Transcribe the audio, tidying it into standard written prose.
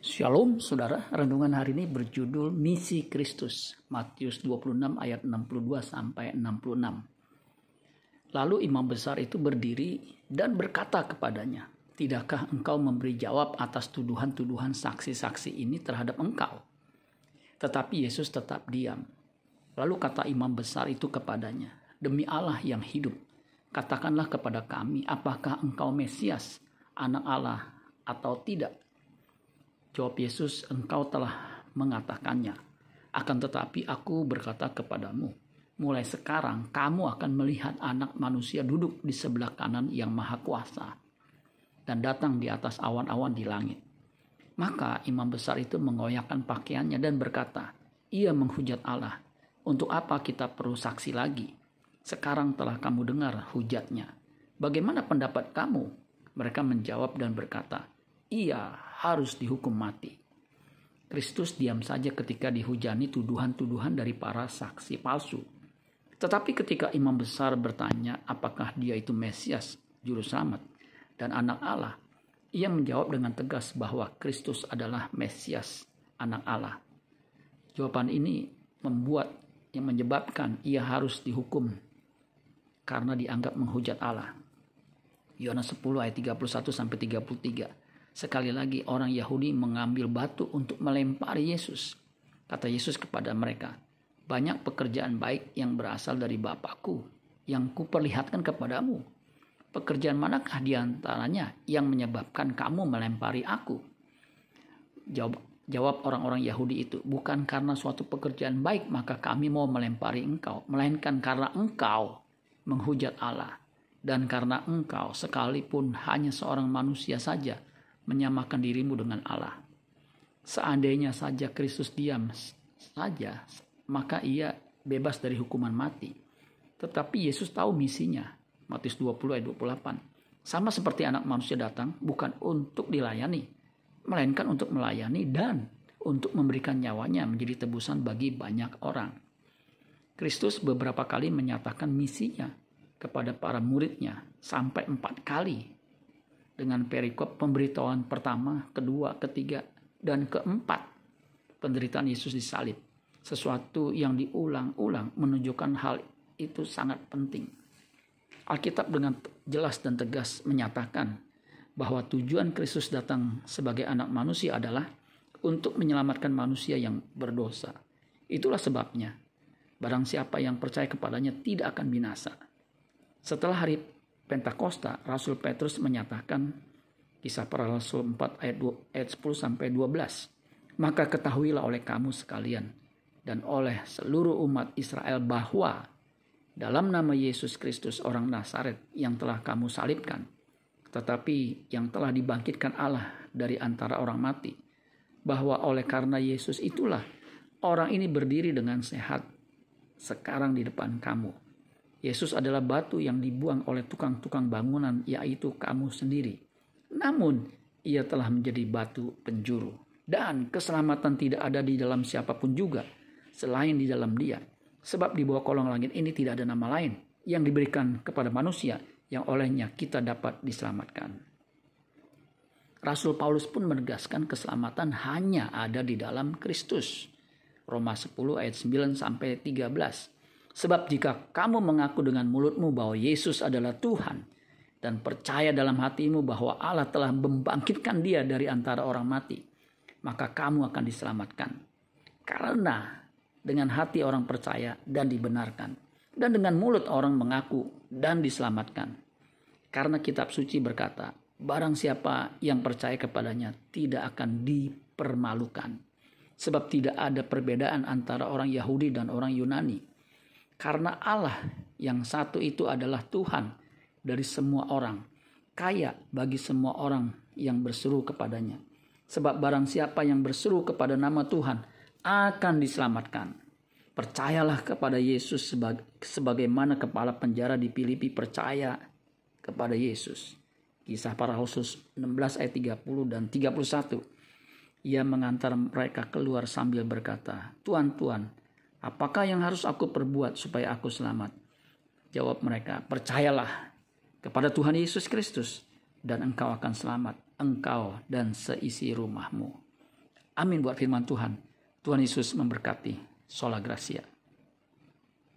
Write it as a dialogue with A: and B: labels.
A: Shalom saudara, renungan hari ini berjudul Misi Kristus, Matius 26 ayat 62 sampai 66. Lalu imam besar itu berdiri dan berkata kepadanya, "Tidakkah engkau memberi jawab atas tuduhan-tuduhan saksi-saksi ini terhadap engkau?" Tetapi Yesus tetap diam. Lalu kata imam besar itu kepadanya, "Demi Allah yang hidup, katakanlah kepada kami, apakah engkau Mesias, anak Allah atau tidak?" Jawab Yesus, "Engkau telah mengatakannya. Akan tetapi aku berkata kepadamu, mulai sekarang kamu akan melihat Anak Manusia duduk di sebelah kanan Yang Maha Kuasa dan datang di atas awan-awan di langit." Maka imam besar itu mengoyakkan pakaiannya dan berkata, "Ia menghujat Allah. Untuk apa kita perlu saksi lagi? Sekarang telah kamu dengar hujatnya. Bagaimana pendapat kamu?" Mereka menjawab dan berkata, "Ia harus dihukum mati." Kristus diam saja ketika dihujani tuduhan-tuduhan dari para saksi palsu. Tetapi ketika imam besar bertanya apakah dia itu Mesias, juru selamat, dan anak Allah, ia menjawab dengan tegas bahwa Kristus adalah Mesias, anak Allah. Jawaban ini menyebabkan ia harus dihukum karena dianggap menghujat Allah. Yohanes 10 ayat 31 sampai 33. Sekali lagi orang Yahudi mengambil batu untuk melempari Yesus. Kata Yesus kepada mereka, "Banyak pekerjaan baik yang berasal dari Bapakku yang kuperlihatkan kepadamu. Pekerjaan manakah di antaranya yang menyebabkan kamu melempari aku?" Jawab orang-orang Yahudi itu, "Bukan karena suatu pekerjaan baik maka kami mau melempari engkau, melainkan karena engkau menghujat Allah, dan karena engkau sekalipun hanya seorang manusia saja menyamakan dirimu dengan Allah. Seandainya saja Kristus diam saja, maka ia bebas dari hukuman mati. Tetapi Yesus tahu misinya." Matius 20 ayat 28. "Sama seperti Anak Manusia datang bukan untuk dilayani, melainkan untuk melayani dan untuk memberikan nyawanya menjadi tebusan bagi banyak orang." Kristus beberapa kali menyatakan misinya kepada para muridnya sampai 4 kali. Dengan perikop pemberitahuan pertama, kedua, ketiga, dan keempat penderitaan Yesus disalib. Sesuatu yang diulang-ulang menunjukkan hal itu sangat penting. Alkitab dengan jelas dan tegas menyatakan bahwa tujuan Kristus datang sebagai anak manusia adalah untuk menyelamatkan manusia yang berdosa. Itulah sebabnya barang siapa yang percaya kepadanya tidak akan binasa. Setelah hari Pentakosta, Rasul Petrus menyatakan, Kisah Para Rasul 4 ayat 10 sampai 12. "Maka ketahuilah oleh kamu sekalian dan oleh seluruh umat Israel bahwa dalam nama Yesus Kristus orang Nazaret yang telah kamu salibkan, tetapi yang telah dibangkitkan Allah dari antara orang mati, bahwa oleh karena Yesus itulah orang ini berdiri dengan sehat sekarang di depan kamu. Yesus adalah batu yang dibuang oleh tukang-tukang bangunan, yaitu kamu sendiri. Namun ia telah menjadi batu penjuru. Dan keselamatan tidak ada di dalam siapapun juga selain di dalam Dia. Sebab di bawah kolong langit ini tidak ada nama lain yang diberikan kepada manusia yang olehnya kita dapat diselamatkan." Rasul Paulus pun menegaskan keselamatan hanya ada di dalam Kristus. Roma 10 ayat 9 sampai 13. "Sebab jika kamu mengaku dengan mulutmu bahwa Yesus adalah Tuhan dan percaya dalam hatimu bahwa Allah telah membangkitkan Dia dari antara orang mati, maka kamu akan diselamatkan. Karena dengan hati orang percaya dan dibenarkan, dan dengan mulut orang mengaku dan diselamatkan. Karena kitab suci berkata, barang siapa yang percaya kepadanya tidak akan dipermalukan. Sebab tidak ada perbedaan antara orang Yahudi dan orang Yunani. Karena Allah yang satu itu adalah Tuhan dari semua orang, kaya bagi semua orang yang berseru kepadanya. Sebab barang siapa yang berseru kepada nama Tuhan akan diselamatkan. Percayalah kepada Yesus sebagaimana kepala penjara di Filipi percaya kepada Yesus." Kisah Para Rasul 16 ayat 30 dan 31. "Ia mengantar mereka keluar sambil berkata, 'Tuan, Tuan, apakah yang harus aku perbuat supaya aku selamat?' Jawab mereka, 'Percayalah kepada Tuhan Yesus Kristus dan engkau akan selamat, engkau dan seisi rumahmu.'" Amin buat firman Tuhan. Tuhan Yesus memberkati. Sola Gracia.